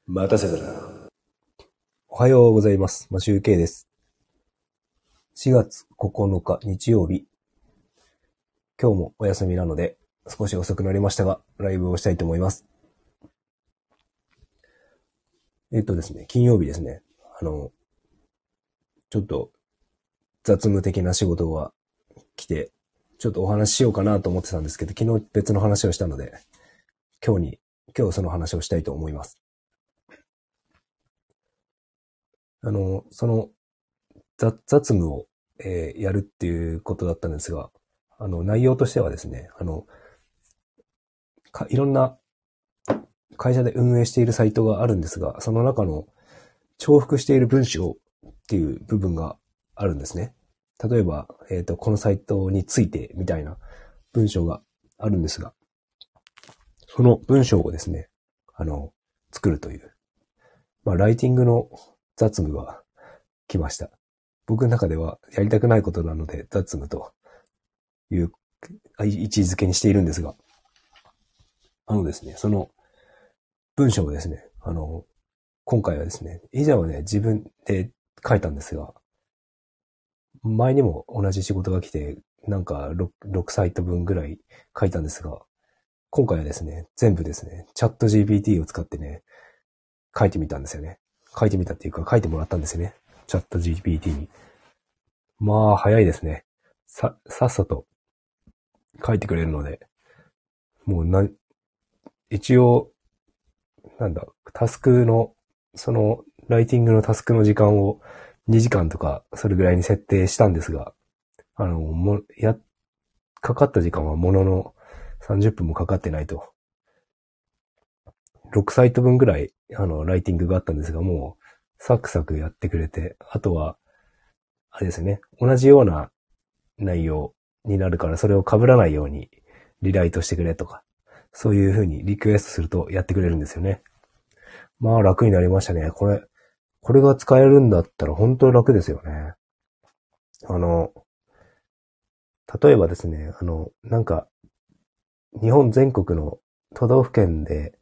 待たせたな。おはようございます。マシュウケイです。4月9日日曜日。今日もお休みなので、少し遅くなりましたが、ライブをしたいと思います。ですね、金曜日ですね。ちょっと雑務的な仕事が来て、ちょっとお話ししようかなと思ってたんですけど、昨日別の話をしたので、今日その話をしたいと思います。その雑務を、やるっていうことだったんですが、内容としてはですね、いろんな会社で運営しているサイトがあるんですが、その中の重複している文章っていう部分があるんですね。例えば、このサイトについてみたいな文章があるんですが、その文章をですね、作るという、ライティングの雑務が来ました。僕の中ではやりたくないことなので雑務という位置づけにしているんですが、ですね、その文章をですね、今回はですね、以前はね、自分で書いたんですが、前にも同じ仕事が来て、なんか 6サイト分ぐらい書いたんですが、今回はですね、全部ですね、チャット GPT を使ってね、書いてみたんですよね。書いてみたっていうか、書いてもらったんですよね。チャット GPT に。まあ、早いですね。さっさと書いてくれるので、もう一応、タスクの、その、ライティングのタスクの時間を2時間とか、それぐらいに設定したんですが、かかった時間はものの30分もかかってないと。6サイト分ぐらい、ライティングがあったんですが、もう、サクサクやってくれて、あとは、あれですね、同じような内容になるから、それを被らないように、リライトしてくれとか、そういう風にリクエストするとやってくれるんですよね。まあ楽になりましたね。これが使えるんだったら本当に楽ですよね。例えばですね、日本全国の都道府県で、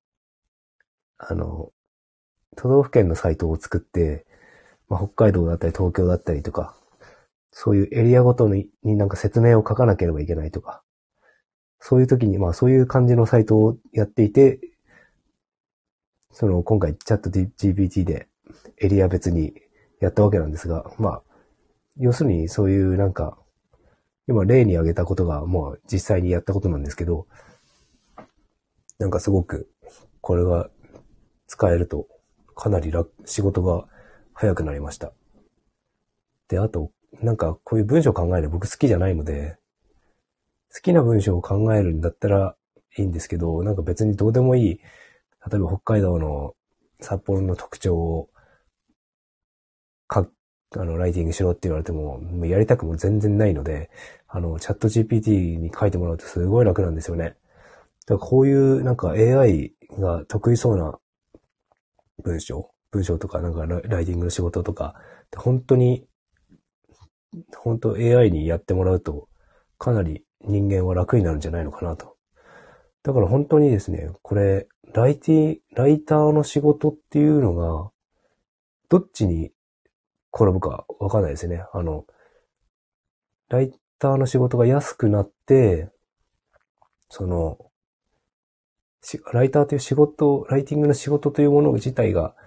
都道府県のサイトを作って、北海道だったり東京だったりとか、そういうエリアごとになんか説明を書かなければいけないとか、そういう時に、そういう感じのサイトをやっていて、今回チャット GPT でエリア別にやったわけなんですが、要するにそういう今例に挙げたことがもう実際にやったことなんですけど、すごくこれが使えるとかなり仕事が早くなりました。で、あと、こういう文章を考えるの僕好きじゃないので、好きな文章を考えるんだったらいいんですけど、別にどうでもいい、例えば北海道の札幌の特徴をライティングしろって言われても、もうやりたくも全然ないので、チャット GPT に書いてもらうとすごい楽なんですよね。だからこういうAI が得意そうな文章とかライティングの仕事とか、本当 AI にやってもらうと、かなり人間は楽になるんじゃないのかなと。だから本当にですね、これ、ライターの仕事っていうのが、どっちに転ぶかわかんないですね。ライターの仕事が安くなって、ライターというライティングの仕事というもの自体が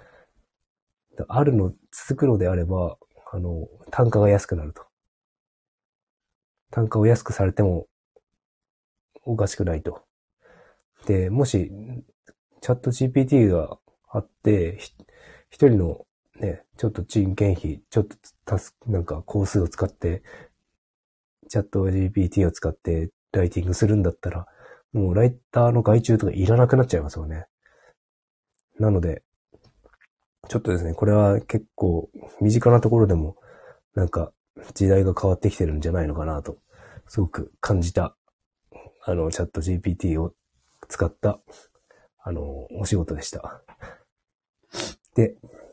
続くのであれば、単価が安くなると。単価を安くされてもおかしくないと。で、もし、チャット GPT があって、一人のね、ちょっと人件費、ちょっと工数を使って、チャット GPT を使ってライティングするんだったら、もうライターの外注とかいらなくなっちゃいますよね。なので、ちょっとですね、これは結構身近なところでも、時代が変わってきてるんじゃないのかなと、すごく感じた、チャット GPT を使った、お仕事でした。で、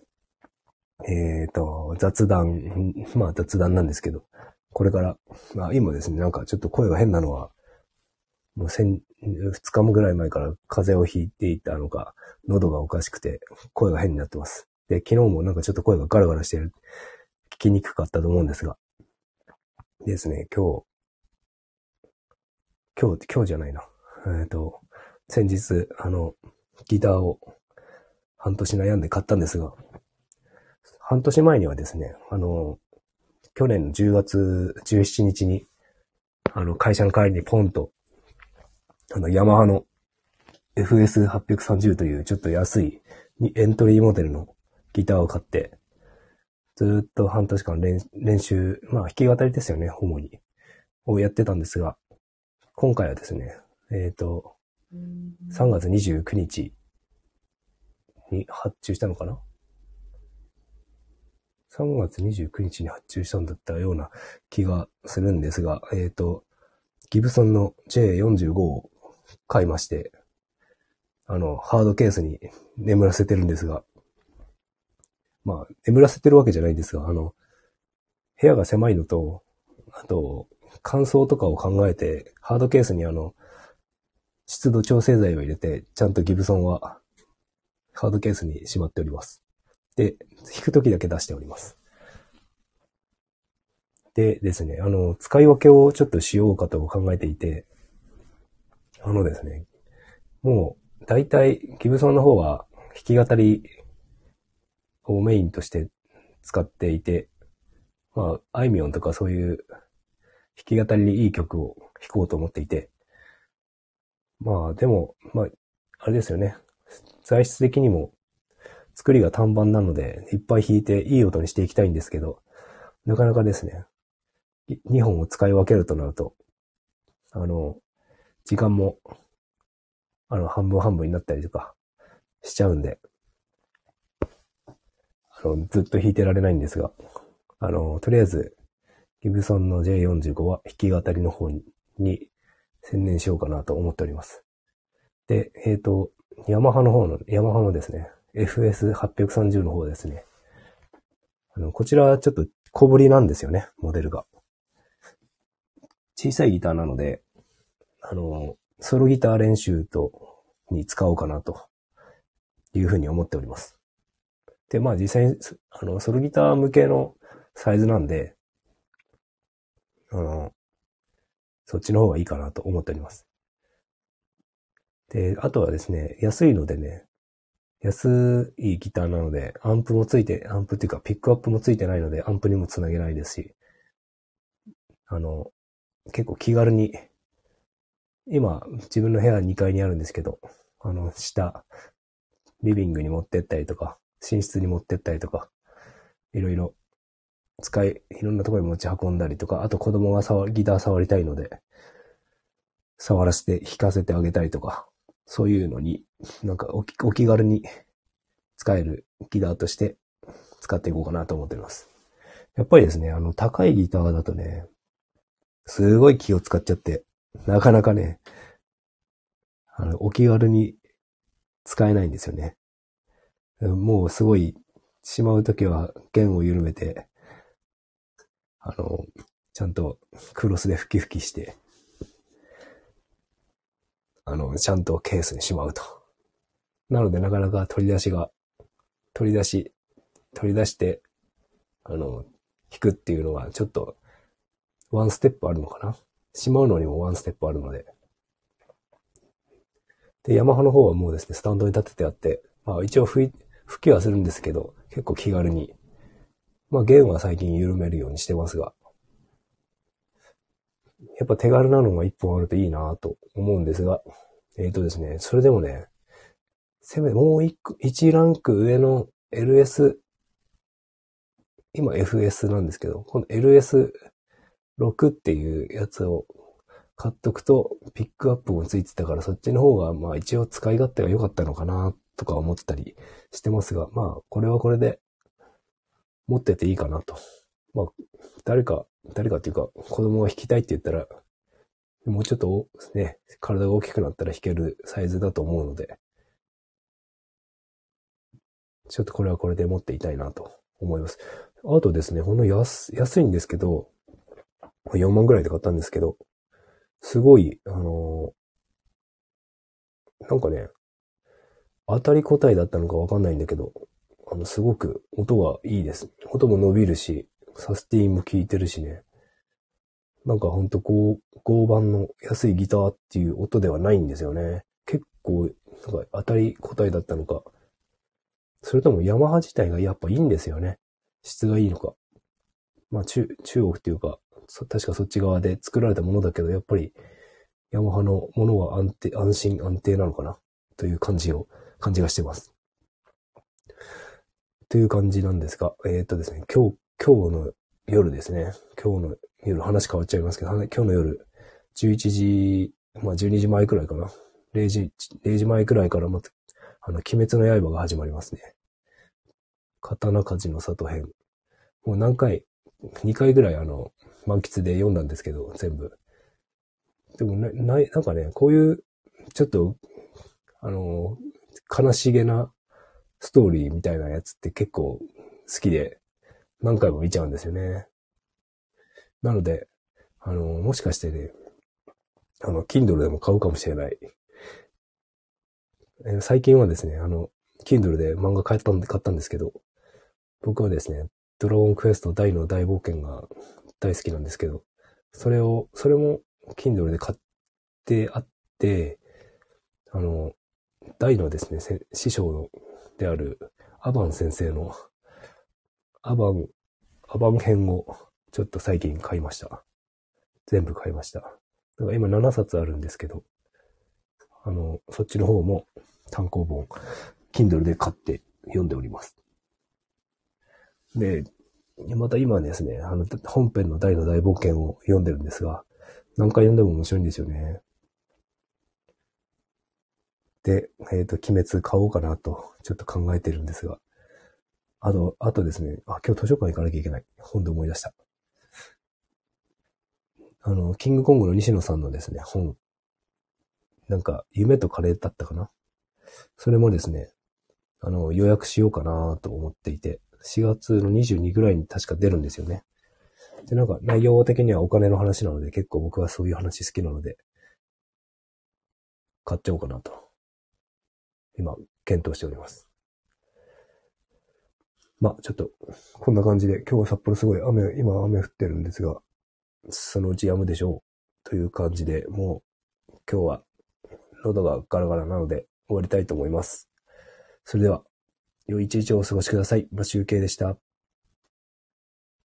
雑談、雑談なんですけど、これから、今ですね、ちょっと声が変なのは、もう 2日もぐらい前から風邪をひいていたのか、喉がおかしくて声が変になってます。で、昨日もなんかちょっと声がガラガラしてる、聞きにくかったと思うんですが。ですね、今日じゃないな。先日、ギターを半年悩んで買ったんですが、半年前にはですね、去年の10月17日に、会社の帰りにポンと、ヤマハの FS830 というちょっと安いエントリーモデルのギターを買って、ずーっと半年間練習、まあ弾き語りですよね、主に。をやってたんですが、今回はですね、3月29日に発注したのかな ?3 月29日に発注したんだったような気がするんですが、ギブソンの J45 を買いまして、ハードケースに眠らせてるんですが、まあ、眠らせてるわけじゃないんですが、部屋が狭いのと、あと、乾燥とかを考えて、ハードケースに湿度調整剤を入れて、ちゃんとギブソンは、ハードケースにしまっております。で、弾くときだけ出しております。でですね、使い分けをちょっとしようかと考えていて、ですね、もう、だいたいギブソンの方は、弾き語りをメインとして使っていて、まあ、あいみょんとかそういう弾き語りにいい曲を弾こうと思っていて、まあ、でも、まあ、あれですよね。材質的にも作りが単板なので、いっぱい弾いていい音にしていきたいんですけど、なかなかですね、2本を使い分けるとなると、時間も、半分半分になったりとかしちゃうんで、ずっと弾いてられないんですが、とりあえず、ギブソンの J45 は弾き語りの方に専念しようかなと思っております。で、ヤマハのですね、FS830 の方ですね。こちらちょっと小ぶりなんですよね、モデルが。小さいギターなので、ソロギター練習に使おうかなというふうに思っております。で、まあ実際に、ソロギター向けのサイズなんで、そっちの方がいいかなと思っております。で、あとはですね、安いのでね、安いギターなので、アンプっていうかピックアップもついてないので、アンプにもつなげないですし、結構気軽に、今、自分の部屋2階にあるんですけど、リビングに持ってったりとか、寝室に持ってったりとか、いろいろいろんなところに持ち運んだりとか、あと子供がギター触りたいので、触らせて弾かせてあげたりとか、そういうのに、なんかお気軽に使えるギターとして使っていこうかなと思っています。やっぱりですね、高いギターだとね、すごい気を使っちゃって、なかなかね、お気軽に使えないんですよね。もうすごい、しまうときは弦を緩めて、ちゃんとクロスで吹きして、ちゃんとケースにしまうと。なのでなかなか取り出して、弾くっていうのはちょっと、ワンステップあるのかな？しまうのにもワンステップあるので。で、ヤマハの方はもうですね、スタンドに立ててあって、まあ一応吹きはするんですけど、結構気軽に。まあ弦は最近緩めるようにしてますが、やっぱ手軽なのが一本あるといいなと思うんですが、ですね、それでもね、もう一ランク上の LS、今 FS なんですけど、この LS6 っていうやつを買っとくと、ピックアップもついてたから、そっちの方が、まあ一応使い勝手が良かったのかな、とか思ったりしてますが、まあ、これはこれで持ってていいかなと。まあ、誰かっていうか、子供が弾きたいって言ったら、もうちょっとね、体が大きくなったら弾けるサイズだと思うので、ちょっとこれはこれで持っていたいなと思います。あとですね、ほんの安いんですけど、4万ぐらいで買ったんですけど、すごい、 なんかね、当たり個体だったのかわかんないんだけど、すごく音がいいです。音も伸びるし、サスティンも効いてるしね。なんかほんと合板の安いギターっていう音ではないんですよね。結構、なんか当たり個体だったのか。それともヤマハ自体がやっぱいいんですよね。質がいいのか。まあ中国っていうか、確かそっち側で作られたものだけど、やっぱりヤマハのものは安心安定なのかなという感じがしてます。という感じなんですが、ですね、今日の夜ですね。今日の夜話変わっちゃいますけど、今日の夜、11時、まあ12時前くらいかな。0時前くらいからまた、鬼滅の刃が始まりますね。刀鍛冶の里編。もう2回ぐらい満喫で読んだんですけど、全部。でもなんかね、こういう、ちょっと、悲しげなストーリーみたいなやつって結構好きで、何回も見ちゃうんですよね。なので、もしかしてね、Kindle でも買うかもしれない。最近はですね、Kindle で漫画買ったんですけど、僕はですね、ドラゴンクエスト大の大冒険が大好きなんですけど、それも Kindle で買ってあって、大のですね、師匠であるアバン先生のアバン編をちょっと最近買いました。全部買いました。だから今7冊あるんですけど、そっちの方も単行本、Kindle で買って読んでおります。で、また今ですね、本編の大の大冒険を読んでるんですが、何回読んでも面白いんですよね。で、鬼滅買おうかなと、ちょっと考えてるんですが、あとですね、今日図書館行かなきゃいけない。本で思い出した。キングコングの西野さんのですね、本。なんか、夢とカレーだったかな。それもですね、予約しようかなと思っていて、4月の22ぐらいに確か出るんですよね。で、なんか内容的にはお金の話なので、結構僕はそういう話好きなので、買っちゃおうかなと、今、検討しております。まあ、ちょっと、こんな感じで、今日は札幌すごい今雨降ってるんですが、そのうち止むでしょう。という感じで、もう、今日は、喉がガラガラなので、終わりたいと思います。それでは、良い一日をお過ごしください。マシュウケイでした。